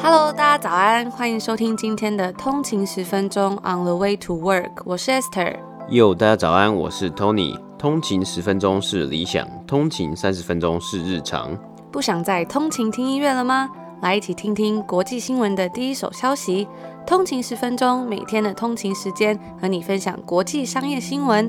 Hello， 大家早安，欢迎收听今天的通勤10分钟 On the way to work， 我是 Esther。 大家早安，我是 Tony。通勤10分钟是理想，通勤30分钟是日常。 不想再通勤听音乐了吗？来一起听听国际新闻的第一手消息。通勤10分钟，每天的通勤时间和你分享国际商业新闻。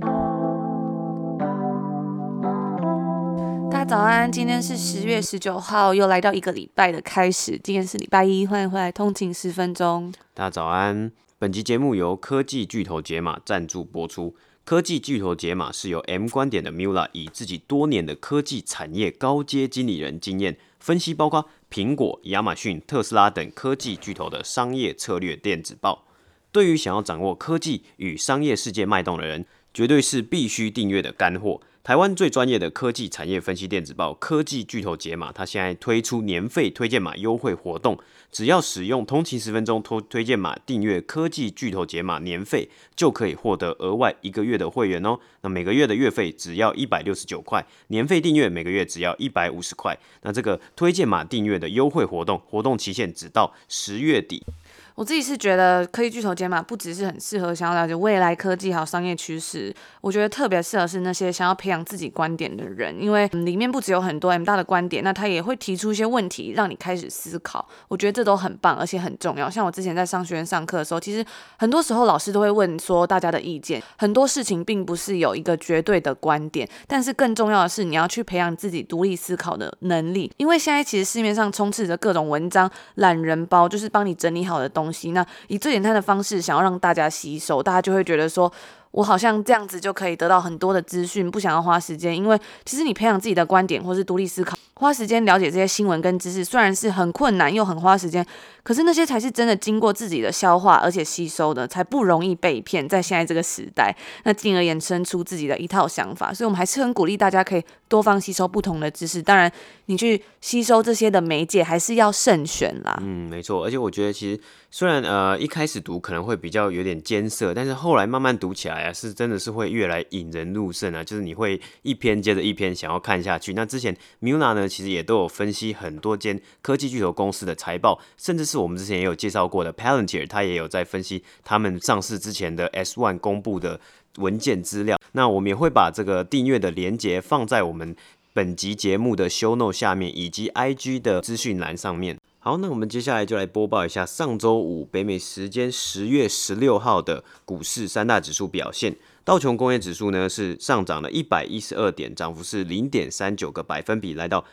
大家早安，今天是10月19号，又来到一个礼拜的开始。今天是礼拜一，欢迎回来通勤10分钟。 大家早安。本集节目由科技巨头解码赞助播出。科技巨头解码是由 M 观点的 Mula 以自己多年的科技产业高阶经理人经验，分析包括苹果、亚马逊、特斯拉等科技巨头的商业策略电子报。对于想要掌握科技与商业世界脉动的人，绝对是必须订阅的干货。台湾最专业的科技产业分析电子报科技巨头解码，它现在推出年费推荐码优惠活动，只要使用通勤10分钟推荐码订阅科技巨头解码年费，就可以获得额外1个月的会员哦。那每个月的月费只要169块，年费订阅每个月只要150块。那这个推荐码订阅的优惠活动期限只到10月底。 我自己是觉得科技巨头解码不只是很适合想要了解未来科技还有商业趋势，我觉得特别适合是那些想要培养自己观点的人，因为里面不只有很多 M 大的观点，那他也会提出一些问题让你开始思考，我觉得这都很棒，而且很重要。像我之前在商学院上课的时候，其实很多时候老师都会问说大家的意见，很多事情并不是有一个绝对的观点，但是更重要的是你要去培养自己独立思考的能力，因为现在其实市面上充斥着各种文章、懒人包，就是帮你整理好的东西，那以最简单的方式想要让大家吸收，大家就会觉得说我好像这样子就可以得到很多的资讯，不想要花时间，因为其实你培养自己的观点或是独立思考，花时间了解这些新闻跟知识，虽然是很困难又很花时间，可是那些才是真的经过自己的消化而且吸收的，才不容易被骗。在现在这个时代，那进而衍生出自己的一套想法，所以我们还是很鼓励大家可以多方吸收不同的知识。当然，你去吸收这些的媒介还是要慎选啦。 没错。而且我觉得其实虽然一开始读可能会比较有点艰涩，但是后来慢慢读起来是真的是会越来引人入胜啊，就是你会一篇接着一篇想要看下去。那之前 Mula 呢，其实也都有分析很多间科技巨头公司的财报，甚至是我们之前也有介绍过的 Palantir， 他也有在分析他们上市之前的 S1 公布的文件资料。那我们也会把这个订阅的连结放在我们本集节目的 show note 下面，以及 IG 的资讯栏上面。好，那我们接下来就来播报一下上周五北美时间10月16号的股市3大指数表现。道琼工业指数呢是上涨了112点，涨幅是 0.39 个百分比，来到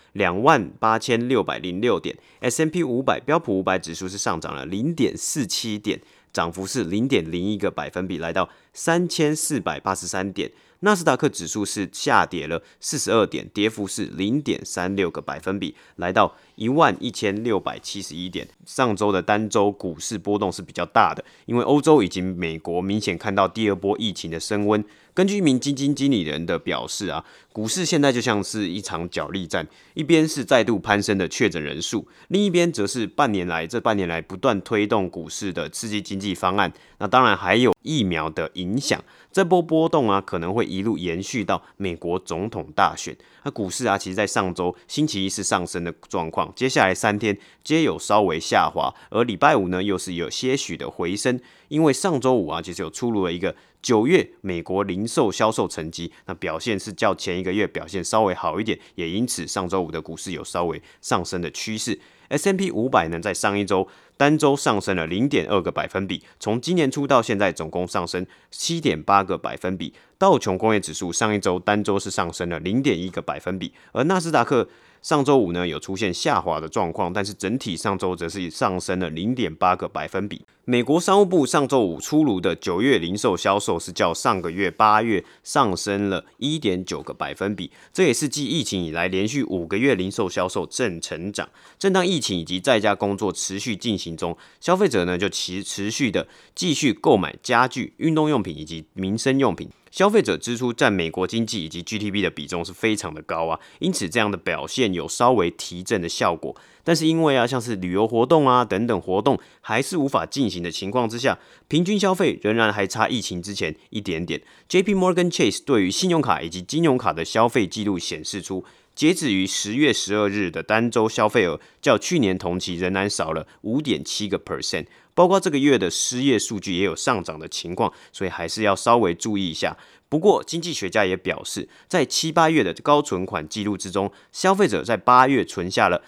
28,606点。S&P 500标普500指数是上涨了 0.47 点，涨幅是 0.01 个百分比，来到3,483点。纳斯达克指数是下跌了42点，跌幅是 0.36 个百分比，来到11,671点。上周的单周股市波动是比较大的，因为欧洲以及美国明显看到第二波疫情的升温。根据一名基金经理人的表示股市现在就像是一场角力战，一边是再度攀升的确诊人数，另一边则是这半年来不断推动股市的刺激经济方案。那当然还有疫苗的影响，这波波动可能会一路延续到美国总统大选。那股市其实在上周星期一是上升的状况，接下来3天皆有稍微下滑，而礼拜五呢又是有些许的回升，因为上周五其实有出炉了一个9月美国零售销售成绩，那表现是较前一个月表现稍微好一点，也因此上周五的股市有稍微上升的趋势。S&P 500呢，在上一周单周上升了 0.2 个百分比，从今年初到现在总共上升 7.8 个百分比。道琼工业指数上一周单周是上升了 0.1 个百分比，而纳斯达克上周五呢有出现下滑的状况，但是整体上周则是上升了 0.8 个百分比。美国商务部上周五出炉的9月零售销售是较上个月8月上升了 1.9 个百分比，这也是继疫情以来连续5个月零售销售正成长。正当疫情以及在家工作持续进行中，消费者呢就持续的继续购买家具、运动用品以及民生用品。消费者支出占美国经济以及 GDP 的比重是非常的高因此这样的表现有稍微提振的效果。但是因为像是旅游活动等等活动还是无法进行的情况之下，平均消费仍然还差疫情之前一点点。JP Morgan Chase 对于信用卡以及金融卡的消费记录显示出， 截止于10月12日的单周消费额，较去年同期仍然少了 5.7%。包括这个月的失业数据也有上涨的情况，所以还是要稍微注意一下。不过，经济学家也表示，在7、8月的高存款记录之中，消费者在8月存下了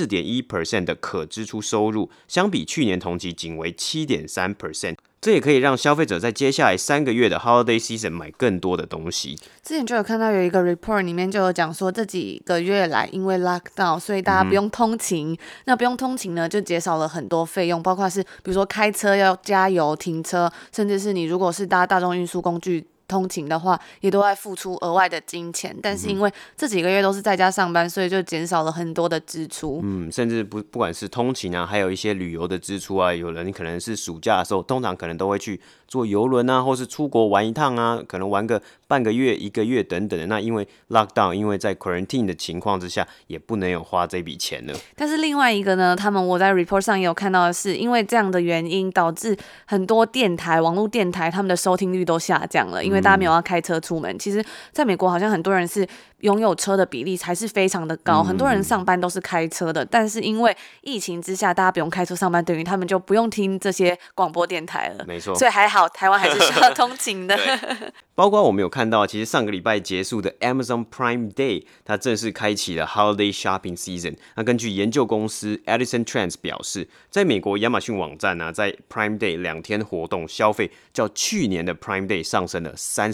14.1% 的可支出收入，相比去年同期仅为 7.3%。这也可以让消费者在接下来3个月的 Holiday Season 买更多的东西。 之前就有看到有一个 report 里面就有讲说，这几个月来因为 lockdown， 所以大家不用通勤。那不用通勤呢，就减少了很多费用，包括是比如说开车要加油、停车，甚至是你如果是搭大众运输工具通勤的话，也都会付出额外的金钱。但是因为这几个月都是在家上班，所以就减少了很多的支出。 甚至不管是通勤啊，还有一些旅游的支出啊，有人可能是暑假的时候，通常可能都会去坐邮轮啊，或是出国玩一趟啊，可能玩个半个月、1个月等等的。那因为 lockdown， 因为在 quarantine 的情况之下，也不能有花这笔钱了。 但是另外一个呢，我在 report 上也有看到的是，因为这样的原因，导致很多网络电台他们的收听率都下降了，因为大家没有要开车出门。其实在美国好像很多人是拥有车的比例还是非常的高，很多人上班都是开车的，但是因为疫情之下大家不用开车上班，等于他们就不用听这些广播电台了。 没错， 所以还好台湾还是需要通勤的。 包括我们有看到，其实上个礼拜结束的 Amazon Prime Day， 它正式开启了 Holiday Shopping Season。那根据研究公司 Edison Trends 表示，在美国亚马逊网站呢，在 Prime Day 2天活动消费较去年的 Prime Day 上升了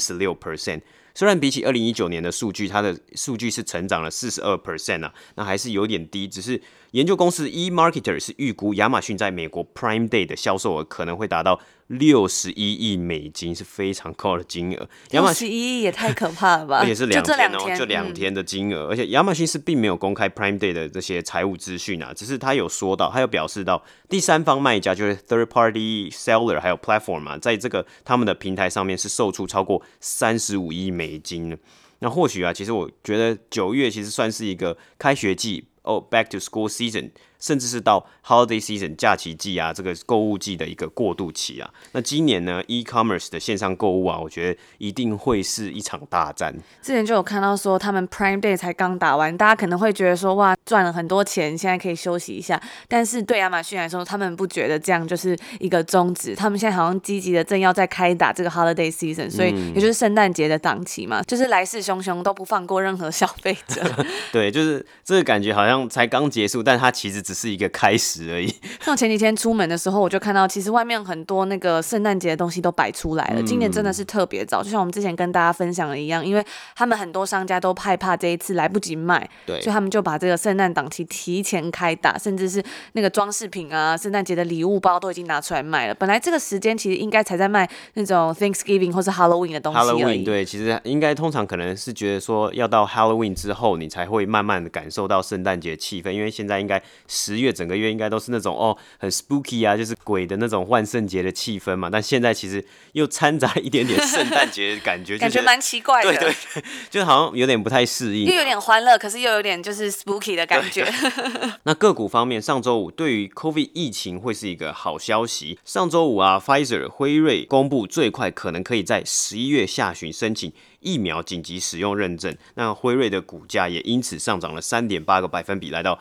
36%。虽然比起2019年的数据，它的数据是成长了 42% 啊，那还是有点低。只是研究公司 eMarketer 是预估亚马逊在美国 Prime Day 的销售额可能会达到61亿美金，是非常高的金额。 61亿也太可怕了吧！ 而且是2天哦，就2天的金额。而且亚马逊是并没有公开 Prime Day 的这些财务资讯啊，只是他有说到，他有表示到第三方卖家就是 third party seller 还有 platform 啊，在这个他们的平台上面是售出超过35亿美金的。那或许啊，其实我觉得9月其实算是一个开学季back to school season， 甚至是到 holiday season 假期季啊，这个购物季的一个过渡期啊。那今年呢 e-commerce 的线上购物啊，我觉得一定会是一场大战。 之前就有看到说他们 Prime Day 才刚打完，大家可能会觉得说哇赚了很多钱，现在可以休息一下。但是对亚马逊来说，他们不觉得这样就是一个终止，他们现在好像积极的正要在开打这个 holiday season， 所以也就是圣诞节的档期嘛，就是来势汹汹，都不放过任何消费者。 对，就是这个感觉好像才刚结束，但它其实只是一个开始而已。 像前几天出门的时候，我就看到其实外面很多那个圣诞节的东西都摆出来了。今年真的是特别早，就像我们之前跟大家分享的一样，因为他们很多商家都害怕这一次来不及卖， 对， 所以他们就把这个圣诞档期提前开打，甚至是那个装饰品啊、圣诞节的礼物包都已经拿出来卖了。本来这个时间其实应该才在卖那种 Thanksgiving 或是 Halloween 的东西而已。 Halloween 对，其实应该通常可能是觉得说要到 Halloween 之后，你才会慢慢的感受到圣诞节气氛，因为现在应该10月整个月应该都是那种很 spooky 啊，就是鬼的那种万圣节的气氛嘛。但现在其实又掺杂一点点圣诞节的感觉， 感觉蛮奇怪的。 对对对，就好像有点不太适应， 又有点欢乐，可是又有点就是 spooky 的感觉。 那个股方面，上周五对于 COVID 疫情会是一个好消息。上周五啊 ，Pfizer 辉瑞公布最快可能可以在11月下旬申请疫苗紧急使用认证，那辉瑞的股价也因此上涨了3.8个百分比，来到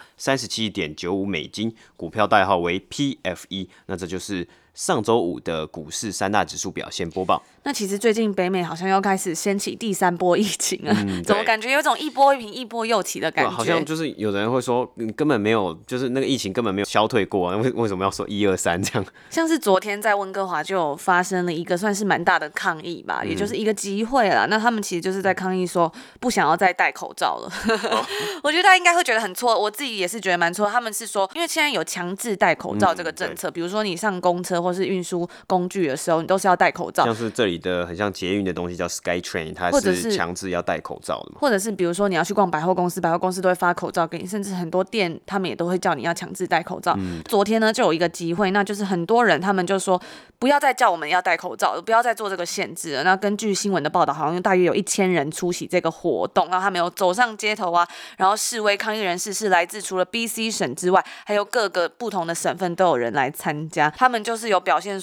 37.95美金，股票代号为 PFE。那这就是上周五的股市3大指数表现播报。 那其实最近北美好像又开始掀起第3波疫情了，怎么感觉有种一波一平一波又起的感觉？ 好像就是有人会说，根本没有，就是那个疫情根本没有消退过啊，为什么要说1、2、3这样？ 像是昨天在温哥华就有发生了一个算是蛮大的抗议吧，也就是一个集会啦。那他们其实就是在抗议说不想要再戴口罩了。我觉得大家应该会觉得很错，我自己也是觉得蛮错。他们是说，因为现在有强制戴口罩这个政策，比如说你上公车或是运输工具的时候，你都是要戴口罩。 像是这里的很像捷运的东西叫 SkyTrain， 它是强制要戴口罩的嘛。 或者是比如说你要去逛百货公司，百货公司都会发口罩给你，甚至很多店他们也都会叫你要强制戴口罩。昨天呢就有一个机会，那就是很多人他们就说不要再叫我们要戴口罩了，不要再做这个限制了。那根据新闻的报道，好像大约有1000人出席这个活动，然后他们有走上街头啊，然后示威抗议人士是来自除了 BC 省之外，还有各个不同的省份都有人来参加。他们就是有表现说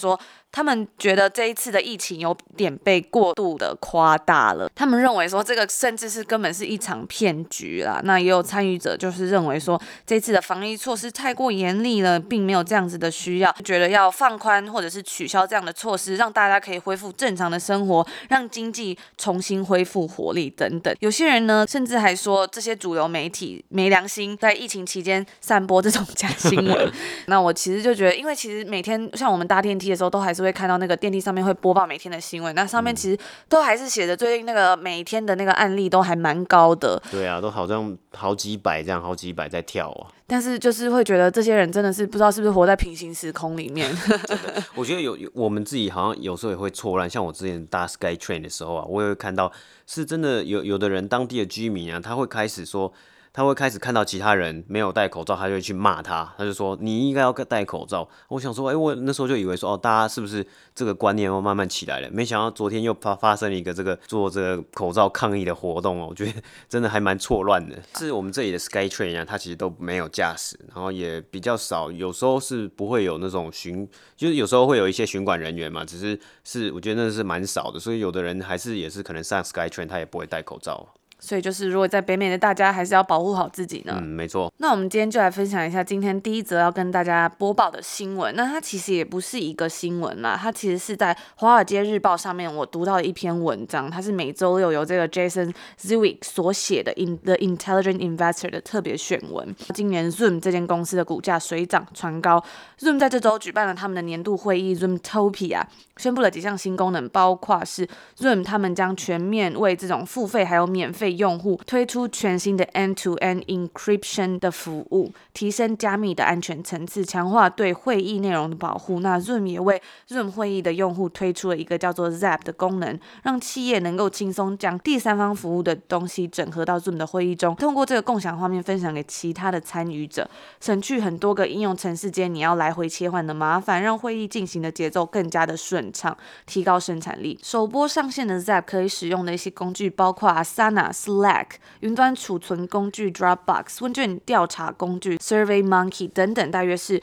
他们觉得这一次的疫情有点被过度的夸大了，他们认为说这个甚至是根本是一场骗局啦。那也有参与者就是认为说这次的防疫措施太过严厉了，并没有这样子的需要，觉得要放宽或者是取消这样的措施，让大家可以恢复正常的生活，让经济重新恢复活力等等。有些人呢甚至还说这些主流媒体没良心，在疫情期间散播这种假新闻。那我其实就觉得，因为其实每天像我们搭电梯的时候，都还是会看到那个电梯上面会播报每天的新闻，那上面其实都还是写着最近那个每天的那个案例都还蛮高的。 对啊，都好像好几百这样，好几百在跳啊。 但是就是会觉得这些人真的是不知道是不是活在平行时空里面。 我觉得我们自己好像有时候也会错乱，像我之前搭 SkyTrain 的时候啊，我也会看到是真的有的人当地的居民啊，他会开始看到其他人没有戴口罩，他就会去骂他，他就说你应该要戴口罩。我想说，我那时候就以为说，大家是不是这个观念又慢慢起来了？没想到昨天又发生了一个做这个口罩抗议的活动哦，我觉得真的还蛮错乱的。是我们这里的 SkyTrain 啊，它其实都没有驾驶，然后也比较少，有时候是不会有那种就是有时候会有一些巡管人员嘛，只是我觉得那是蛮少的，所以有的人也是可能上 SkyTrain 他也不会戴口罩。 所以就是如果在北美的大家还是要保护好自己呢。 没错。 那我们今天就来分享一下今天第一则要跟大家播报的新闻。那它其实也不是一个新闻啦，它其实是在《华尔街日报》上面我读到的一篇文章，它是每周六由这个 Jason Zwick 所写的 The Intelligent Investor 的特别选文。今年 Zoom 这间公司的股价水涨船高， Zoom 在这周举办了他们的年度会议 Zoomtopia， 宣布了几项新功能，包括是 Zoom 他们将全面为这种付费还有免费用户推出全新的 end-to-end encryption 的服务，提升加密的安全层次，强化对会议内容的保护。那 Zoom 也为 Zoom 会议的用户推出了一个叫做 Zap 的功能，让企业能够轻松将第三方服务的东西整合到 Zoom 的会议中，通过这个共享画面分享给其他的参与者，省去很多个应用程式间你要来回切换的麻烦，让会议进行的节奏更加的顺畅，提高生产力。首播上线的 Zap 可以使用的一些工具包括 Asana、Slack、云端储存工具 Dropbox、问卷调查工具 SurveyMonkey 等等，大约是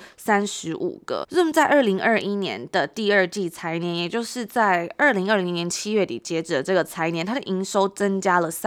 35个。Zoom 在2021年的第二季财年，也就是在2020年7月底截止的这个财年，它的营收增加了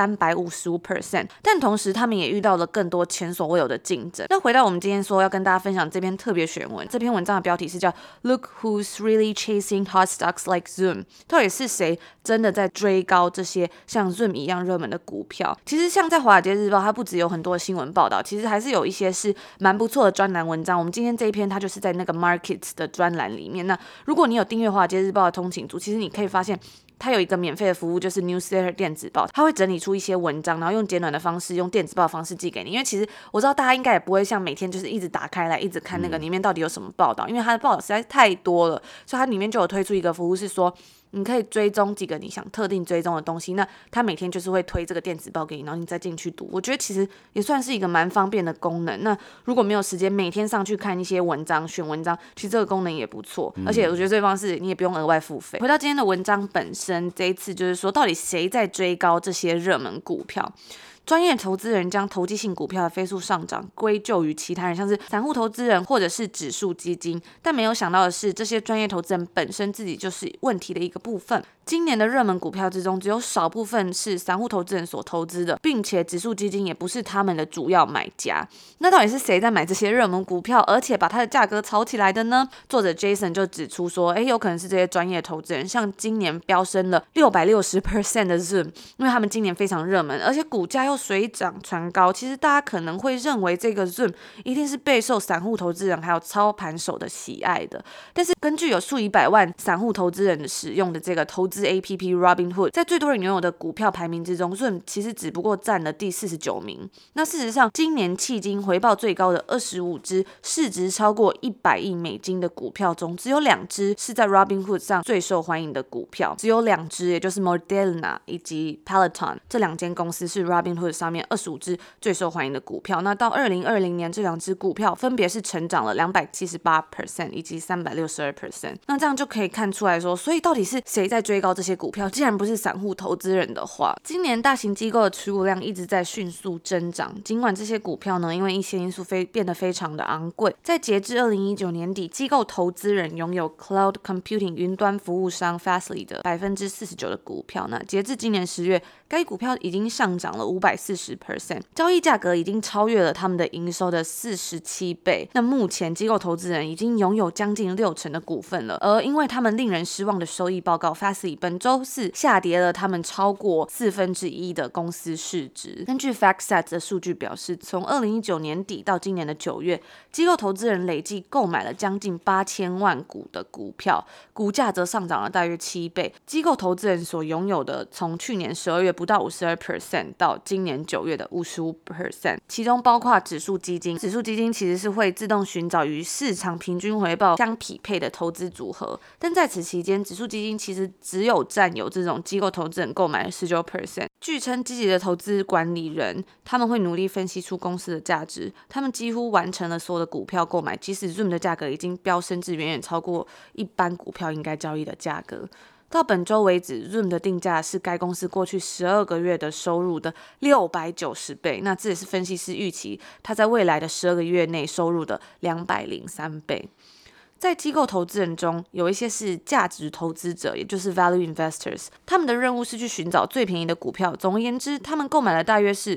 355%，但同时他们也遇到了更多前所未有的竞争。那回到我们今天说要跟大家分享这篇特别选文，这篇文章的标题是叫 Look Who's Really Chasing Hot Stocks Like Zoom， 到底是谁真的在追高这些像 Zoom 一样热门的股票？其实像在华尔街日报，它不只有很多的新闻报道，其实还是有一些是蛮不错的专栏文章。我们今天这一篇它就是在那个 Markets 的专栏里面。那如果你有订阅华尔街日报的通勤族，其实你可以发现它有一个免费的服务，就是 Newsletter 电子报，它会整理出一些文章，然后用简短的方式，用电子报的方式寄给你。因为其实我知道大家应该也不会像每天就是一直打开来，一直看那个里面到底有什么报道，因为它的报道实在太多了，所以它里面就有推出一个服务，是说你可以追踪几个你想特定追踪的东西，那他每天就是会推这个电子报给你，然后你再进去读。我觉得其实也算是一个蛮方便的功能。那如果没有时间每天上去看一些文章选文章，其实这个功能也不错，而且我觉得最方式你也不用额外付费。回到今天的文章本身，这一次就是说到底谁在追高这些热门股票。专业投资人将投机性股票的飞速上涨归咎于其他人，像是散户投资人或者是指数基金，但没有想到的是，这些专业投资人本身自己就是问题的一个部分。今年的热门股票之中，只有少部分是散户投资人所投资的，并且指数基金也不是他们的主要买家。那到底是谁在买这些热门股票，而且把它的价格炒起来的呢？作者 Jason 就指出说，有可能是这些专业投资人，像今年飙升了660% 的 Zoom， 因为他们今年非常热门，而且股价又水涨船高。其实大家可能会认为这个 Zoom 一定是备受散户投资人还有操盘手的喜爱的，但是根据有数以百万散户投资人使用的这个投资 APP Robinhood， 在最多人拥有的股票排名之中， Zoom 其实只不过占了第49名。那事实上，今年迄今回报最高的25只市值超过100亿美金的股票中，只有2只是在 Robinhood 上最受欢迎的股票，只有2只，也就是 Moderna 以及 Peloton 这2间公司是 Robinhood 上面25只最受欢迎的股票。那到2020年，这2只股票分别是成长了278% 以及362%。那这样就可以看出来说，所以到底是谁在追高高这些股票，既然不是散户投资人的话，今年大型机构的持股量一直在迅速增长。尽管这些股票呢，因为一些因素变得非常的昂贵，在截至2019年底，机构投资人拥有 Cloud Computing 云端服务商 Fastly 的49%的股票。那截至今年10月，该股票已经上涨了540%，交易价格已经超越了他们的营收的47倍。那目前机构投资人已经拥有将近60%的股份了，而因为他们令人失望的收益报告 ，Fastly 本周四下跌了他们超过1/4的公司市值。根据 FactSet 的数据表示，从2019年底到今年的9月，机构投资人累计购买了将近8000万股的股票，股价则上涨了大约7倍。机构投资人所拥有的，从去年12月不到52% 到今年9月的55%，其中包括指数基金。指数基金其实是会自动寻找与市场平均回报相匹配的投资组合，但在此期间，指数基金其实只有占有这种机构投资人购买的19%。据称，积极的投资管理人他们会努力分析出公司的价值，他们几乎完成了所有的股票购买，即使 Zoom 的价格已经飙升至远远超过一般股票应该交易的价格。到本周为止 ，Zoom 的定价是该公司过去12个月的收入的690倍，那这也是分析师预期它在未来的12个月内收入的203倍。在机构投资人中，有一些是价值投资者，也就是 value investors， 他们的任务是去寻找最便宜的股票。总而言之，他们购买了大约是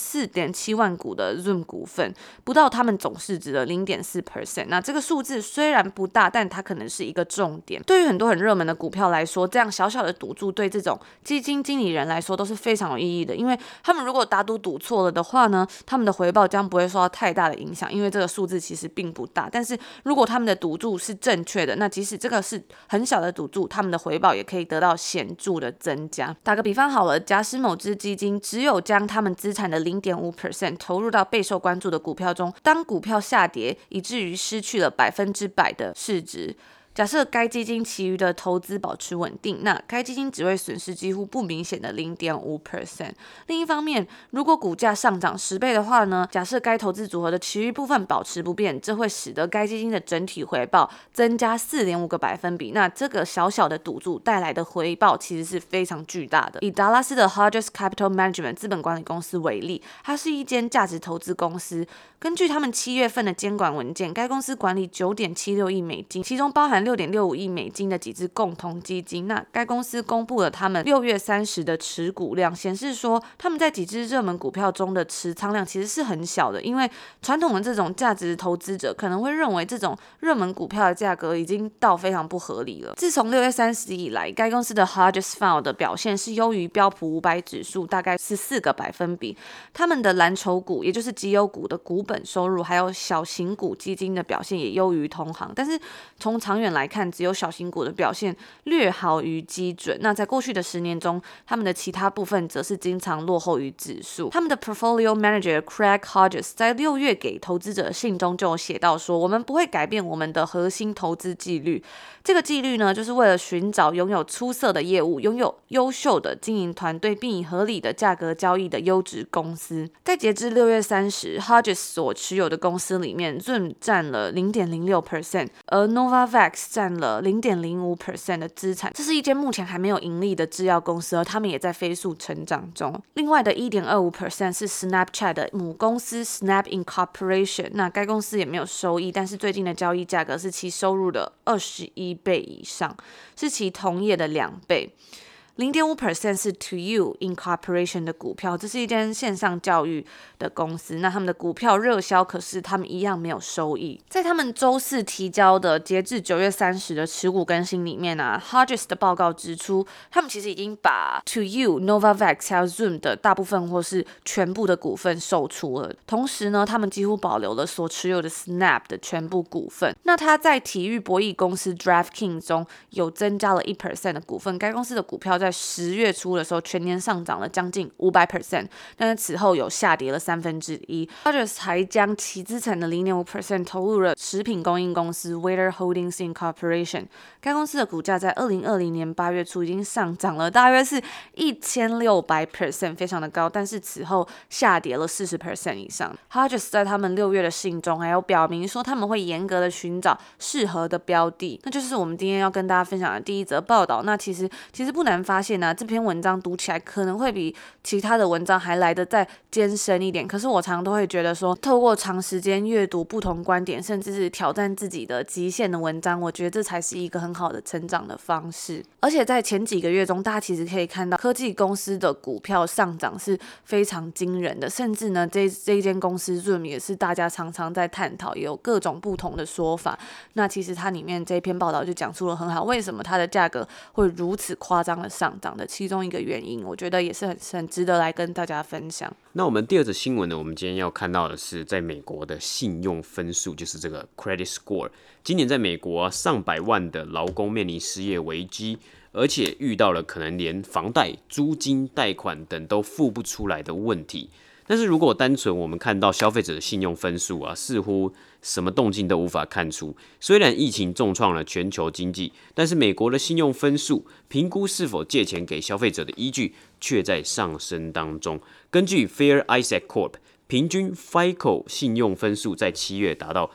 54.7万股的 Zoom 股份，不到他们总市值的 0.4%。那这个数字虽然不大，但它可能是一个重点。对于很多很热门的股票来说，这样小小的赌注对这种基金经理人来说都是非常有意义的，因为他们如果打赌错了的话呢，他们的回报将不会受到太大的影响，因为这个数字其实并不大。但是如果他们的赌注是正确的，那即使这个是很小的赌注，他们的回报也可以得到显著的增加。打个比方好了，假使某只基金只有将他们资产的 0.5% 投入到备受关注的股票中，当股票下跌以至于失去了100%的市值，假设该基金其余的投资保持稳定，那该基金只会损失几乎不明显的 0.5%。另一方面，如果股价上涨10倍的话呢，假设该投资组合的其余部分保持不变，这会使得该基金的整体回报增加 4.5个百分比。那这个小小的赌注带来的回报其实是非常巨大的。以达拉斯的 Hodges Capital Management 资本管理公司为例，它是一间价值投资公司。根据他们7月份的监管文件，该公司管理9.76亿美金，其中包含6.65亿美金的几支共同基金。那该公司公布了他们6月30的持股量，显示说他们在几支热门股票中的持仓量其实是很小的，因为传统的这种价值投资者可能会认为这种热门股票的价格已经到非常不合理了。自从6月30以来，该公司的 Hodges Fund 的表现是优于标普500指数大概14个百分比。他们的蓝筹股，也就是绩优股的股本收入，还有小型股基金的表现也优于同行。但是从长远来看，只有小型股的表现略好于基准。那在过去的10年中，他们的其他部分则是经常落后于指数。他们的 Portfolio Manager Craig Hodges 在6月给投资者的信中就有写到说，我们不会改变我们的核心投资纪律。这个纪律呢，就是为了寻找拥有出色的业务、拥有优秀的经营团队，并以合理的价格交易的优质公司。在截至6月30 Hodges 所持有的公司里面 Zoom 占了 0.06%， 而 Novavax 占了 0.05% 的资产。这是一间目前还没有盈利的制药公司，而他们也在飞速成长中。另外的 1.25% 是 Snapchat 的母公司 Snap Incorporation， 那该公司也没有收益，但是最近的交易价格是其收入的21倍以上，是其同业的2倍。0.5% 是 To You Incorporation 的股票，这是一间线上教育的公司。那他们的股票热销，可是他们一样没有收益。在他们周四提交的截至9月30的持股更新里面啊 ，Hodges 的报告指出，他们其实已经把 To You、Novavax 还有 Zoom 的大部分或是全部的股份售出了。同时呢，他们几乎保留了所持有的 Snap 的全部股份。那他在体育博弈公司 DraftKings 中有增加了 1% 的股份。该公司的股票在10月初的时候全年上涨了将近500%，但是此后有下跌了1/3。Hodges 还将其资产的 0.5% 投入了食品供应公司 Waiter Holdings Incorporation。该公司的股价在2020年8月初已经上涨了大约是1600%，非常的高，但是此后下跌了40% 以上。Hodges 在他们6月的信中还有表明说，他们会严格的寻找适合的标的。那就是我们今天要跟大家分享的第一则报道。那其实不难发现这篇文章读起来可能会比其他的文章还来得再艰深一点。可是我常常都会觉得说，透过长时间阅读不同观点，甚至是挑战自己的极限的文章，我觉得这才是一个很好的成长的方式。而且在前几个月中，大家其实可以看到科技公司的股票上涨是非常惊人的，甚至呢这一间公司 Zoom 也是大家常常在探讨，也有各种不同的说法。那其实它里面这一篇报道就讲述了很好，为什么它的价格会如此夸张的上涨的其中一个原因，我觉得也是很值得来跟大家分享。 那我们第二则新闻呢，我们今天要看到的是在美国的信用分数，就是这个 credit score。今年在美国上百万的劳工面临失业危机，而且遇到了可能连房贷、租金、贷款等都付不出来的问题。但是如果单纯我们看到消费者的信用分数似乎什么动静都无法看出。虽然疫情重创了全球经济，但是美国的信用分数评估是否借钱给消费者的依据却在上升当中。根据 Fair Isaac Corp， 平均 FICO 信用分数在7月达到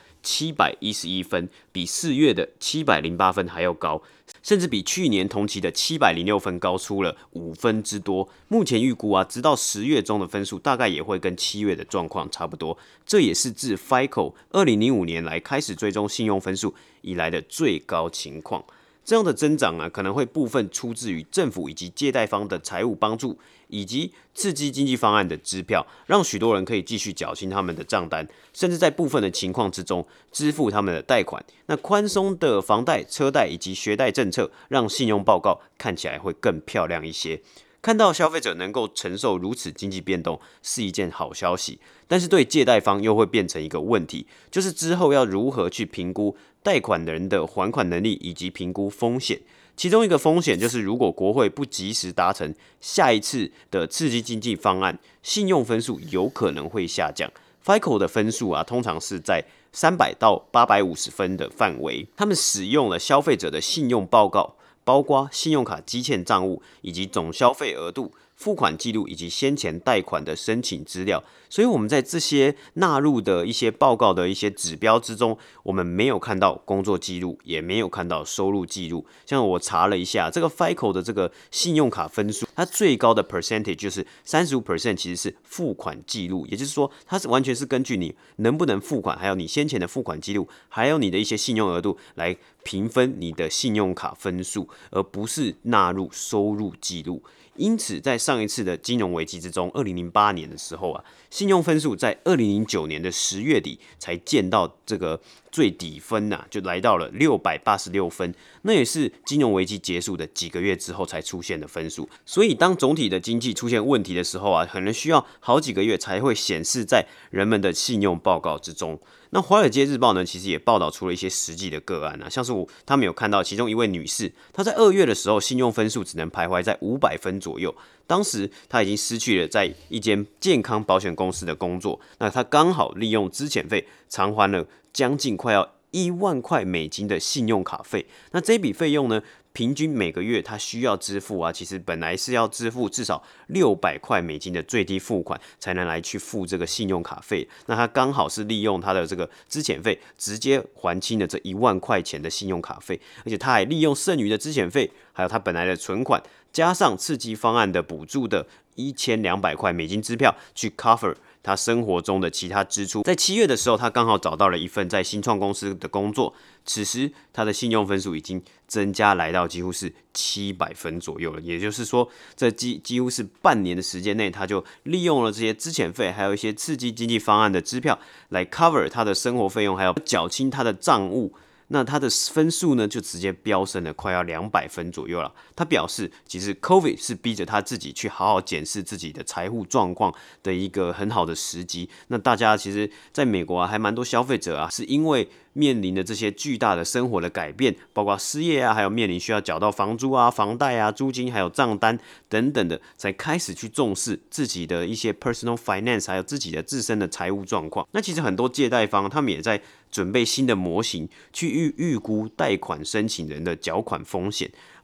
711分，比4月的708分还要高，甚至比去年同期的706分高出了5分之多。目前预估直到10月中的分数大概也会跟7月的状况差不多。这也是自 FICO 2005年来开始追踪信用分数以来的最高情况。这样的增长可能会部分出自于政府以及借贷方的财务帮助，以及刺激经济方案的支票，让许多人可以继续缴清他们的账单，甚至在部分的情况之中支付他们的贷款。那宽松的房贷、车贷以及学贷政策，让信用报告看起来会更漂亮一些。看到消费者能够承受如此经济变动是一件好消息，但是对借贷方又会变成一个问题，就是之后要如何去评估贷款人的还款能力以及评估风险。其中一个风险就是如果国会不及时达成下一次的刺激经济方案，信用分数有可能会下降。FICO 的分数通常是在300到850分的范围，他们使用了消费者的信用报告，包括信用卡积欠账务以及总消费额度、付款记录以及先前贷款的申请资料。所以我们在这些纳入的一些报告的一些指标之中，我们没有看到工作记录，也没有看到收入记录。像我查了一下，这个 FICO 的这个信用卡分数，它最高的 percentage 就是 35%， 其实是付款记录，也就是说它是完全是根据你能不能付款，还有你先前的付款记录，还有你的一些信用额度来评分你的信用卡分数，而不是纳入收入记录。因此在上一次的金融危机之中，2008年的时候信用分数在2009年的10月底才见到这个最底分就来到了686分，那也是金融危机结束的几个月之后才出现的分数。所以当总体的经济出现问题的时候可能需要好几个月才会显示在人们的信用报告之中。那华尔街日报呢，其实也报道出了一些实际的个案像是他们有看到其中一位女士，她在2月的时候信用分数只能徘徊在500分左右，当时她已经失去了在一间健康保险公司的工作，那她刚好利用资遣费偿还了将近快要1万块美金的信用卡费。那这笔费用呢，平均每个月他需要支付其实本来是要支付至少600块美金的最低付款才能来去付这个信用卡费。那他刚好是利用他的这个资遣费直接还清了这1万块钱的信用卡费，而且他还利用剩余的资遣费，还有他本来的存款，加上刺激方案的补助的1200块美金支票去 cover他生活中的其他支出。在7月的时候，他刚好找到了一份在新创公司的工作，此时他的信用分数已经增加来到几乎是700分左右了。也就是说，这几乎是半年的时间内，他就利用了这些资遣费，还有一些刺激经济方案的支票来 cover 他的生活费用，还有缴清他的账务。那他的分数呢，就直接飙升了快要200分左右了。他表示，其实 COVID 是逼着他自己去好好检视自己的财务状况的一个很好的时机。那大家其实在美国还蛮多消费者是因为面临的这些巨大的生活的改变，包括失业还有面临需要缴到房租房贷租金，还有账单等等的，才开始去重视自己的一些 personal finance， 还有自己的自身的财务状况。那其实很多借贷方他们也在准备新的模型，去预估贷款申请人的缴款风险。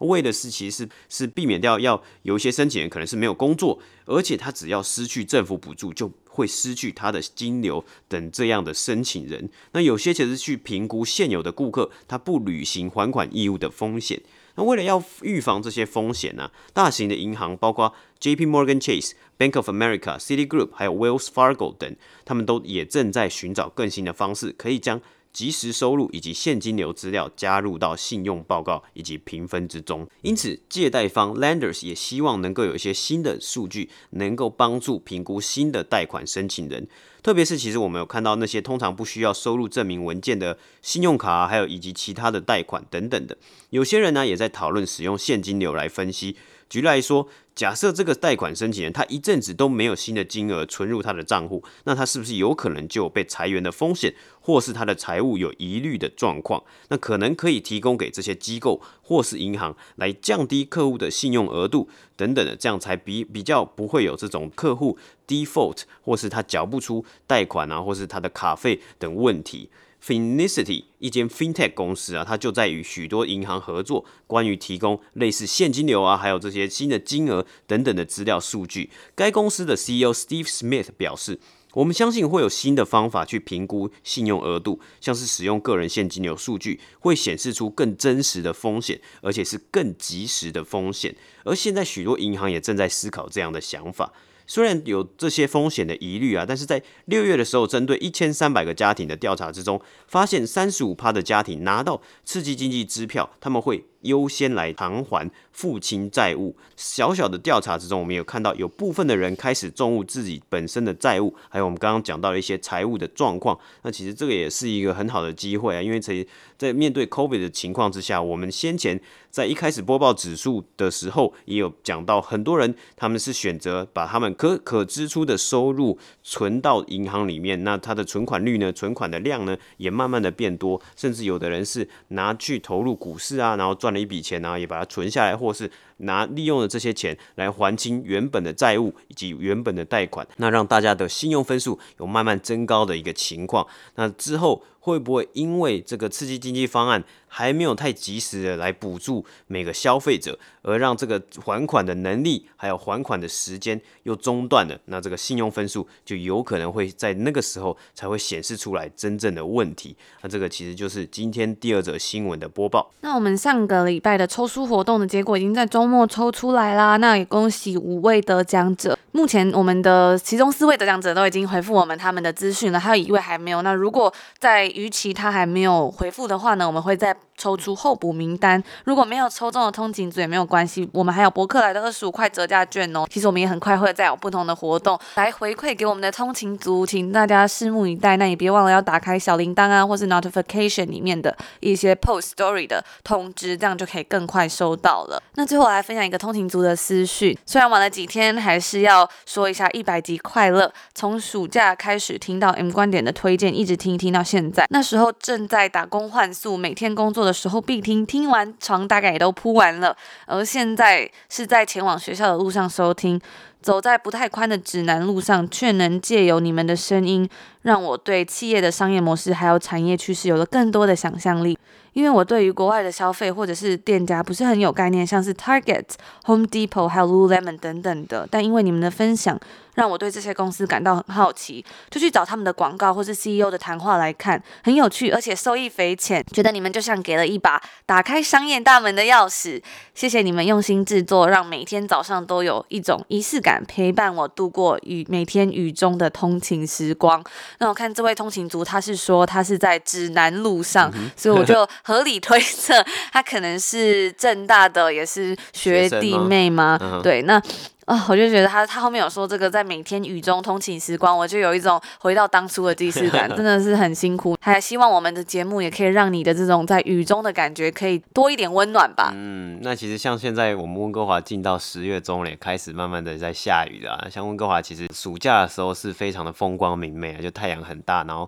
为的是其实是避免掉要有一些申请人可能是没有工作，而且他只要失去政府补助就会失去他的金流等这样的申请人。那有些其实是去评估现有的顾客他不履行还款义务的风险。那为了要预防这些风险呢，大型的银行包括 JP Morgan Chase、Bank of America、Citigroup 还有 Wells Fargo 等，他们都也正在寻找更新的方式，可以将即时收入以及现金流资料加入到信用报告以及评分之中。因此，借贷方 lenders 也希望能够有一些新的数据，能够帮助评估新的贷款申请人。特别是其实我们有看到那些通常不需要收入证明文件的信用卡还有以及其他的贷款等等的，有些人呢也在讨论使用现金流来分析。举例来说，假设这个贷款申请人他一阵子都没有新的金额存入他的账户，那他是不是有可能就有被裁员的风险，或是他的财务有疑虑的状况？那可能可以提供给这些机构或是银行来降低客户的信用额度等等的，这样才比较不会有这种客户 default 或是他缴不出贷款啊，或是他的卡费等问题。Finicity 一间 FinTech 公司啊，它就在与许多银行合作，关于提供类似现金流啊，还有这些新的金额等等的资料数据。该公司的 CEO Steve Smith 表示，我们相信会有新的方法去评估信用额度，像是使用个人现金流数据，会显示出更真实的风险，而且是更及时的风险。而现在许多银行也正在思考这样的想法。虽然有这些风险的疑虑啊，但是在6月的时候，针对1300个家庭的调查之中，发现35%的家庭拿到刺激经济支票，他们会优先来偿还付清债务。小小的调查之中，我们有看到有部分的人开始重视自己本身的债务，还有我们刚刚讲到的一些财务的状况。那其实这个也是一个很好的机会啊，因为在面对 COVID 的情况之下，我们先前在一开始播报指数的时候，也有讲到很多人他们是选择把他们可支出的收入存到银行里面，那他的存款率呢，存款的量呢，也慢慢的变多，甚至有的人是拿去投入股市啊，然后赚了一笔钱啊，也把它存下来，或是利用了这些钱来还清原本的债务以及原本的贷款，那让大家的信用分数有慢慢增高的一个情况。那之后会不会因为这个刺激经济方案还没有太及时的来补助每个消费者，而让这个还款的能力还有还款的时间又中断了？那这个信用分数就有可能会在那个时候才会显示出来真正的问题。那这个其实就是今天第二则新闻的播报。 那我们上个礼拜的抽书活动的结果已经在周末抽出来啦，那也恭喜5位得奖者。目前我们的其中4位得奖者都已经回复我们他们的资讯了，还有1位还没有。那如果在逾期他还没有回复的话呢，我们会再抽出候补名单。如果没有抽中的通勤族也没有关系，我们还有博客来的25块折价券哦。其实我们也很快会再有不同的活动来回馈给我们的通勤族，请大家拭目以待。那也别忘了要打开小铃铛啊，或是 notification 里面的一些 post story 的通知，这样就可以更快收到了。那最后我来分享一个通勤族的私讯，虽然晚了几天，还是要说一下100集快乐。从暑假开始听到 M 观点的推荐，一直听到现在。那时候正在打工换宿，每天工作的时候必听，听完床大概也都铺完了。而现在是在前往学校的路上收听，走在不太宽的指南路上，却能借由你们的声音，让我对企业的商业模式还有产业趋势有了更多的想象力。因为我对于国外的消费或者是店家不是很有概念，像是 Target、Home Depot 还有 Lululemon 等等的，但因为你们的分享，让我对这些公司感到很好奇，就去找他们的广告或是 CEO 的谈话来看，很有趣，而且受益匪浅，觉得你们就像给了一把打开商业大门的钥匙。谢谢你们用心制作，让每天早上都有一种仪式感，陪伴我度过每天雨中的通勤时光。那我看这位通勤族，他是说他是在指南路上，所以我就合理推测他可能是政大的，也是学弟妹吗？对，那我就觉得他后面有说这个在每天雨中通勤时光，我就有一种回到当初的既视感，真的是很辛苦。还希望我们的节目也可以让你的这种在雨中的感觉可以多一点温暖吧。 那其实像现在我们温哥华进到10月中了，也开始慢慢的在下雨了。像温哥华其实暑假的时候是非常的风光明媚啊，就太阳很大，然后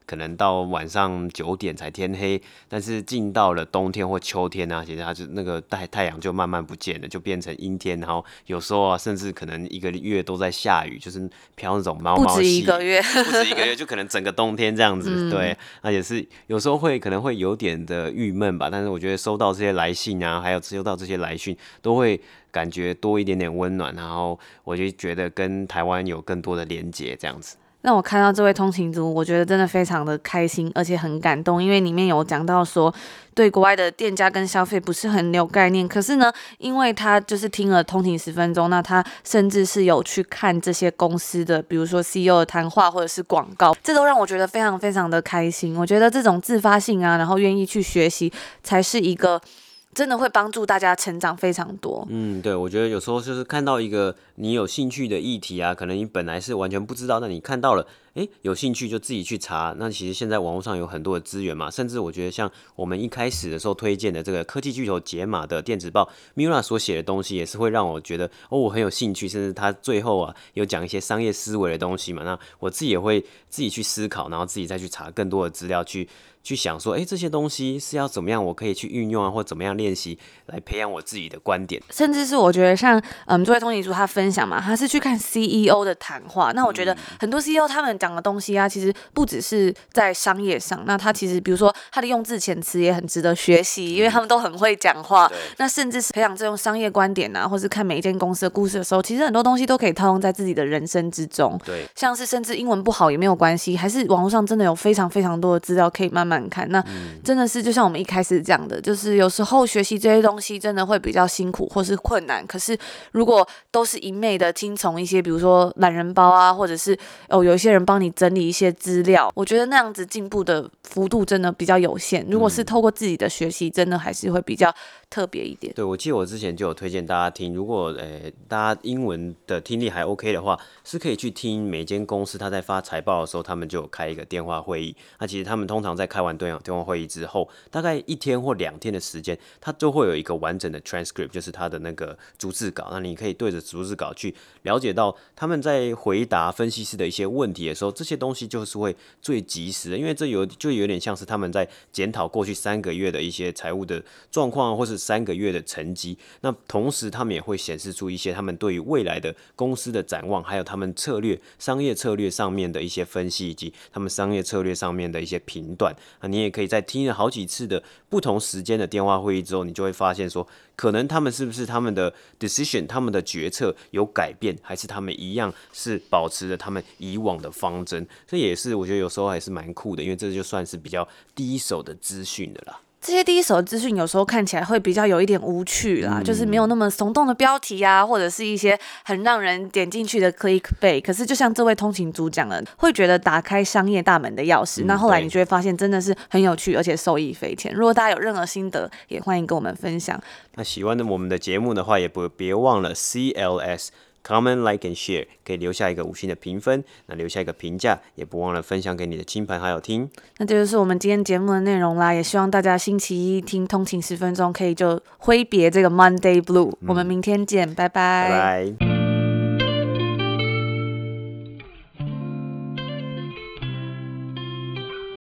可能到晚上9点才天黑，但是进到了冬天或秋天啊，其实它就那个太阳就慢慢不见了，就变成阴天，然后有时候啊，甚至可能1个月都在下雨，就是飘那种毛毛细雨， 不止一个月， 不止一个月，就可能整个冬天这样子。对，那也是有时候可能会有点的郁闷吧，但是我觉得收到这些来信啊，还有收到这些来讯，都会感觉多一点点温暖，然后我就觉得跟台湾有更多的连结这样子。 让我看到这位通勤族，我觉得真的非常的开心，而且很感动，因为里面有讲到说，对国外的店家跟消费不是很有概念，可是呢，因为他就是听了通勤10分钟，那他甚至是有去看这些公司的，比如说 CEO 的谈话或者是广告，这都让我觉得非常非常的开心。我觉得这种自发性啊，然后愿意去学习，才是一个真的会帮助大家成长非常多。 对，我觉得有时候就是看到一个你有兴趣的议题啊，可能你本来是完全不知道，那你看到了，有兴趣就自己去查。那其实现在网络上有很多的资源嘛，甚至我觉得像我们一开始的时候推荐的这个科技巨头解码的电子报 Mira 所写的东西，也是会让我觉得我很有兴趣，甚至他最后啊有讲一些商业思维的东西嘛，那我自己也会自己去思考，然后自己再去查更多的资料去想说，这些东西是要怎么样，我可以去运用啊，或怎么样练习来培养我自己的观点。 甚至是我觉得像这位通勤族他分享嘛，他是去看 CEO 的谈话。那我觉得很多 CEO 他们讲的东西啊，其实不只是在商业上，那他其实比如说他的用字遣词也很值得学习，因为他们都很会讲话。那甚至是培养这种商业观点啊，或是看每一间公司的故事的时候，其实很多东西都可以套用在自己的人生之中。 对， 像是甚至英文不好也没有关系，还是网络上真的有非常非常多的资料可以慢慢看。那真的是就像我们一开始讲的，就是有时候学习这些东西真的会比较辛苦或是困难，可是如果都是一昧的听从一些比如说懒人包啊，或者是有一些人帮你整理一些资料，我觉得那样子进步的幅度真的比较有限。如果是透过自己的学习，真的还是会比较特别一点。 对，我记得我之前就有推荐大家听，如果大家英文的听力还 OK 的话，是可以去听每间公司他在发财报的时候，他们就有开一个电话会议。那其实他们通常在开完电话会议之后，大概1天或2天的时间，他就会有一个完整的 transcript， 就是他的那个逐字稿。那你可以对着逐字稿去了解到他们在回答分析师的一些问题的时候，这些东西就是会最及时的，因为这就有点像是他们在检讨过去3个月的一些财务的状况，或是3个月的成绩。那同时他们也会显示出一些他们对于未来的公司的展望，还有他们商业策略上面的一些分析，以及他们商业策略上面的一些评断。你也可以在听了好几次的不同时间的电话会议之后，你就会发现说，可能他们是不是他们的 decision， 他们的决策有改变，还是他们一样是保持着他们以往的方针。这也是我觉得有时候还是蛮酷的，因为这就算是比较第一手的资讯的啦。 这些第一手的资讯有时候看起来会比较有一点无趣啦，就是没有那么耸动的标题啊，或者是一些很让人点进去的 clickbait。可是就像这位通勤族讲的，会觉得打开商业大门的钥匙。那后来你就会发现真的是很有趣，而且受益匪浅。如果大家有任何心得，也欢迎跟我们分享。 那喜欢我们的节目的话，也别忘了 CLS。Comment, like and share， 可以留下一个5星的评分，那留下一个评价，也不忘了分享给你的亲朋好友听。 那这就是我们今天节目的内容啦，也希望大家星期一听通勤10分钟，可以就挥别这个 Monday Blue。我们明天见，拜拜。 拜拜。